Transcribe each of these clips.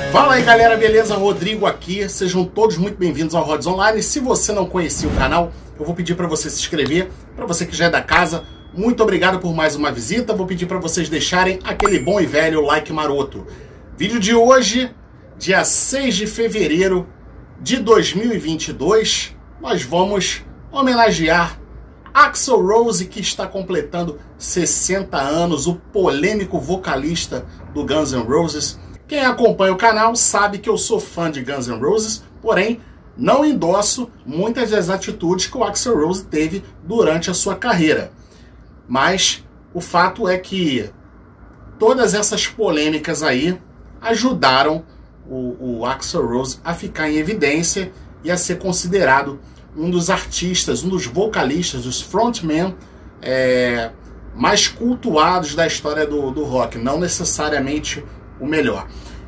Fala aí galera, beleza? Rodrigo aqui, sejam todos muito bem-vindos ao Rods Online. Se você não conhecia o canal, eu vou pedir para você se inscrever. Para você que já é da casa, muito obrigado por mais uma visita. Vou pedir para vocês deixarem aquele bom e velho like maroto. Vídeo de hoje, dia 6 de fevereiro de 2022, nós vamos homenagear Axl Rose, que está completando 60 anos, o polêmico vocalista do Guns N' Roses. Quem acompanha o canal sabe que eu sou fã de Guns N' Roses, porém não endosso muitas das atitudes que o Axl Rose teve durante a sua carreira. Mas o fato é que todas essas polêmicas aí ajudaram o Axl Rose a ficar em evidência e a ser considerado um dos artistas, um dos vocalistas, dos frontmen mais cultuados da história do rock, não necessariamente o melhor.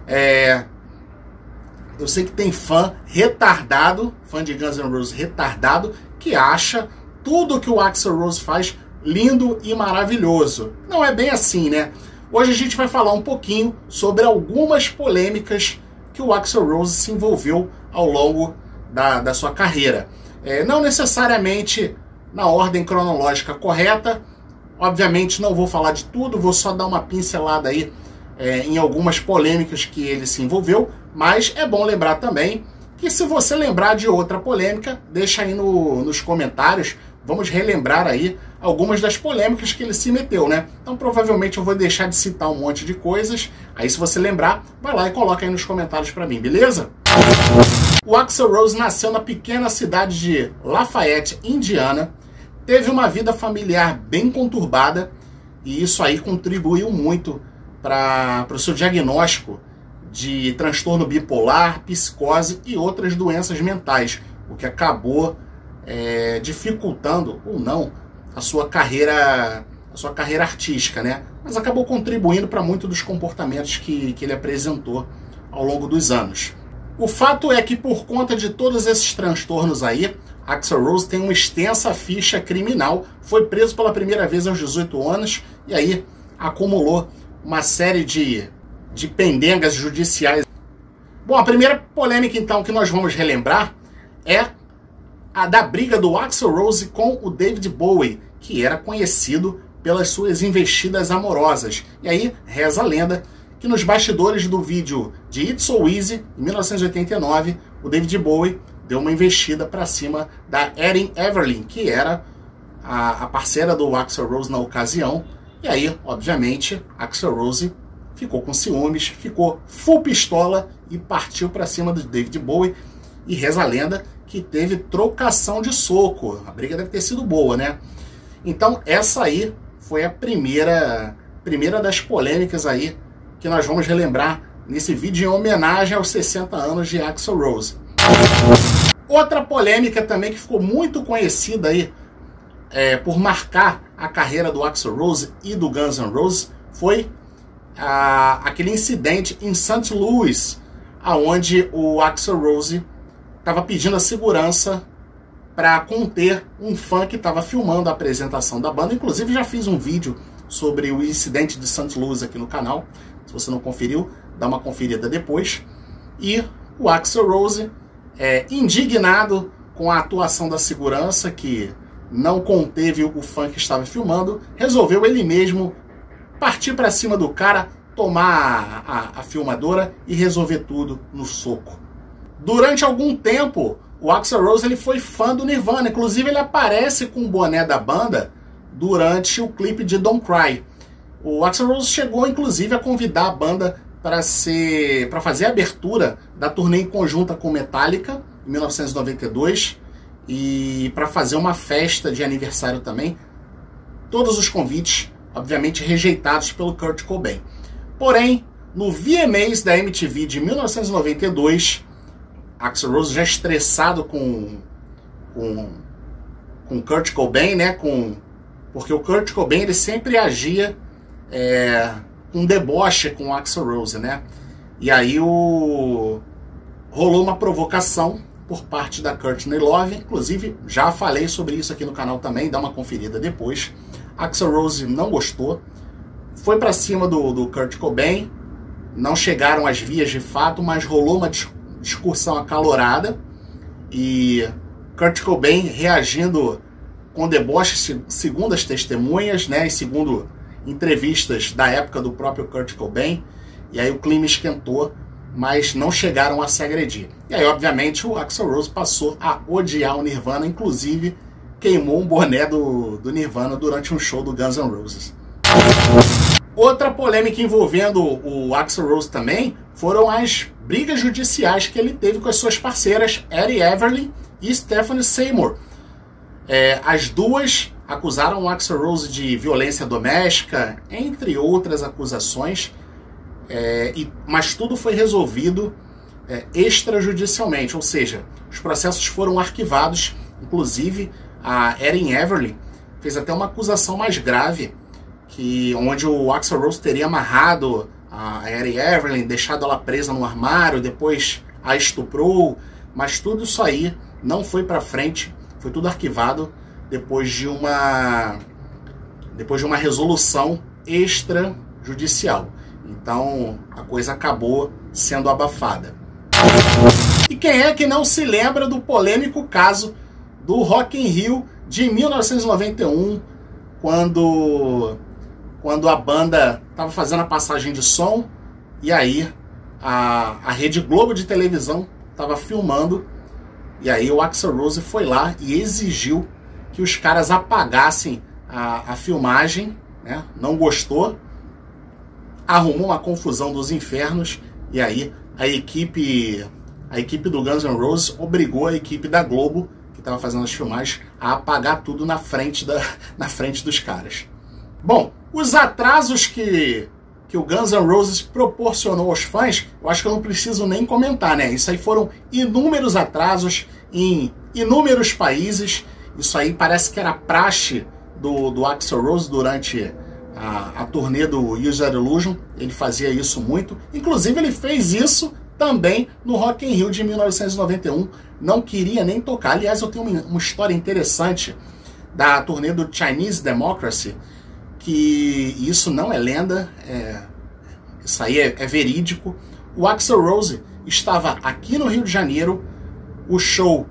Eu sei que tem fã retardado, fã de Guns N' Roses retardado, que acha tudo que o Axl Rose faz lindo e maravilhoso. Não é bem assim, né? Hoje a gente vai falar um pouquinho sobre algumas polêmicas que o Axl Rose se envolveu ao longo da sua carreira. Não necessariamente na ordem cronológica correta. Obviamente não vou falar de tudo, vou só dar uma pincelada aí em algumas polêmicas que ele se envolveu, mas é bom lembrar também que se você lembrar de outra polêmica, deixa aí nos comentários, vamos relembrar aí algumas das polêmicas que ele se meteu, né? Então provavelmente eu vou deixar de citar um monte de coisas, aí se você lembrar, vai lá e coloca aí nos comentários pra mim, beleza? O Axl Rose nasceu na pequena cidade de Lafayette, Indiana, teve uma vida familiar bem conturbada e isso aí contribuiu muito para o seu diagnóstico de transtorno bipolar, psicose e outras doenças mentais, o que acabou dificultando ou não a sua carreira artística, né? Mas acabou contribuindo para muitos dos comportamentos que ele apresentou ao longo dos anos. O fato é que por conta de todos esses transtornos aí, Axl Rose tem uma extensa ficha criminal, foi preso pela primeira vez aos 18 anos e aí acumulou uma série de pendengas judiciais. Bom, a primeira polêmica então que nós vamos relembrar é a da briga do Axl Rose com o David Bowie, que era conhecido pelas suas investidas amorosas. E aí reza a lenda que nos bastidores do vídeo de It's So Easy, em 1989, o David Bowie deu uma investida para cima da Erin Everly, que era a parceira do Axl Rose na ocasião. E aí, obviamente, Axl Rose ficou com ciúmes, ficou full pistola e partiu para cima do David Bowie. E reza a lenda que teve trocação de soco. A briga deve ter sido boa, né? Então, essa aí foi a primeira das polêmicas aí que nós vamos relembrar nesse vídeo em homenagem aos 60 anos de Axl Rose. Outra polêmica também que ficou muito conhecida aí por marcar a carreira do Axl Rose e do Guns N' Roses foi aquele incidente em St. Louis, onde o Axl Rose estava pedindo a segurança para conter um fã que estava filmando a apresentação da banda. Inclusive já fiz um vídeo sobre o incidente de St. Louis aqui no canal. Se você não conferiu, dá uma conferida depois. E o Axl Rose, indignado com a atuação da segurança, que não conteve o fã que estava filmando, resolveu ele mesmo partir para cima do cara, tomar a filmadora e resolver tudo no soco. Durante algum tempo, o Axl Rose ele foi fã do Nirvana. Inclusive ele aparece com o boné da banda durante o clipe de Don't Cry. O Axl Rose chegou inclusive a convidar a banda para fazer a abertura da turnê em conjunta com Metallica em 1992 e para fazer uma festa de aniversário também. Todos os convites, obviamente, rejeitados pelo Kurt Cobain. Porém, no VMAs da MTV de 1992, Axl Rose já estressado com Kurt Cobain, né? Porque o Kurt Cobain ele sempre agia com deboche com o Axl Rose, né? E aí rolou uma provocação por parte da Courtney Love. Inclusive, já falei sobre isso aqui no canal também, dá uma conferida depois. Axl Rose não gostou, foi para cima do Kurt Cobain, não chegaram às vias de fato, mas rolou uma discussão acalorada e Kurt Cobain reagindo com deboche, segundo as testemunhas, né, e segundo entrevistas da época do próprio Kurt Cobain. E aí o clima esquentou, mas não chegaram a se agredir. E aí, obviamente, o Axl Rose passou a odiar o Nirvana, inclusive queimou um boné do Nirvana durante um show do Guns N' Roses. Outra polêmica envolvendo o Axl Rose também foram as brigas judiciais que ele teve com as suas parceiras Eddie Everly e Stephanie Seymour. As duas acusaram o Axl Rose de violência doméstica, entre outras acusações, mas tudo foi resolvido extrajudicialmente, ou seja, os processos foram arquivados. Inclusive, a Eddie Everly fez até uma acusação mais grave, onde o Axl Rose teria amarrado a Eddie Everly, deixado ela presa no armário, depois a estuprou, mas tudo isso aí não foi para frente, foi tudo arquivado depois de uma resolução extrajudicial. Então a coisa acabou sendo abafada. E quem é que não se lembra do polêmico caso do Rock in Rio de 1991, quando a banda estava fazendo a passagem de som e aí a Rede Globo de televisão estava filmando, e aí o Axl Rose foi lá e exigiu que os caras apagassem a filmagem, né? Não gostou, arrumou uma confusão dos infernos, e aí a equipe do Guns N' Roses obrigou a equipe da Globo, que estava fazendo as filmagens, a apagar tudo na frente dos caras. Bom, os atrasos que o Guns N' Roses proporcionou aos fãs, eu acho que eu não preciso nem comentar, né? Isso aí foram inúmeros atrasos em inúmeros países. Isso aí parece que era praxe do Axl Rose durante a turnê do Use Your Illusion. Ele fazia isso muito. Inclusive, ele fez isso também no Rock in Rio de 1991. Não queria nem tocar. Aliás, eu tenho uma história interessante da turnê do Chinese Democracy, que isso não é lenda, isso aí é verídico. O Axl Rose estava aqui no Rio de Janeiro, um show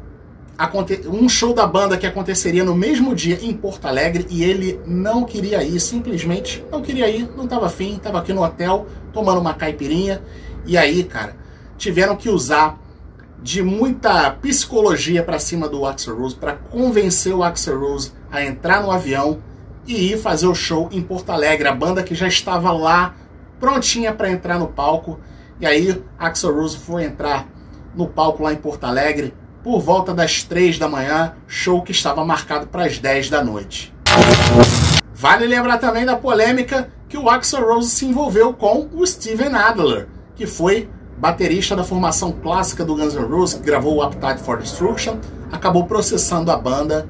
da banda que aconteceria no mesmo dia em Porto Alegre, e ele não queria ir, simplesmente não queria ir, não estava afim, estava aqui no hotel tomando uma caipirinha. E aí, cara, tiveram que usar de muita psicologia para cima do Axl Rose para convencer o Axl Rose a entrar no avião e ir fazer o show em Porto Alegre, a banda que já estava lá prontinha para entrar no palco. E aí Axl Rose foi entrar no palco lá em Porto Alegre por volta das 3 da manhã, show que estava marcado para as 10 da noite. Vale lembrar também da polêmica que o Axl Rose se envolveu com o Steven Adler, que foi baterista da formação clássica do Guns N' Roses, que gravou o Appetite for Destruction, acabou processando a banda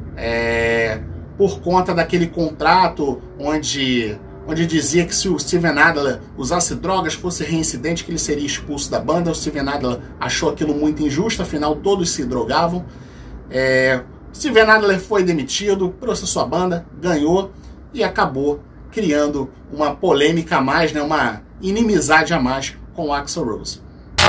por conta daquele contrato onde dizia que se o Steven Adler usasse drogas, fosse reincidente, que ele seria expulso da banda. O Steven Adler achou aquilo muito injusto, afinal todos se drogavam. Steven Adler foi demitido, processou a banda, ganhou e acabou criando uma polêmica a mais, né, uma inimizade a mais com o Axl Rose.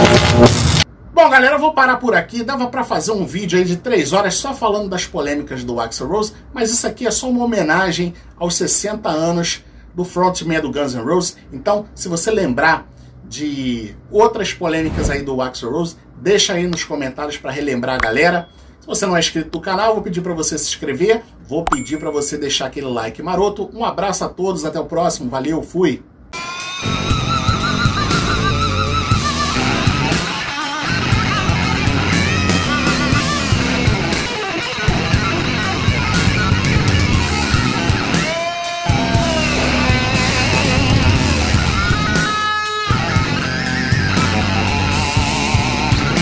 Bom, galera, eu vou parar por aqui. Dava pra fazer um vídeo aí de 3 horas só falando das polêmicas do Axl Rose, mas isso aqui é só uma homenagem aos 60 anos do frontman do Guns N' Roses. Então, se você lembrar de outras polêmicas aí do Axl Rose, deixa aí nos comentários para relembrar a galera. Se você não é inscrito no canal, vou pedir para você se inscrever, vou pedir para você deixar aquele like maroto. Um abraço a todos, até o próximo, valeu, fui!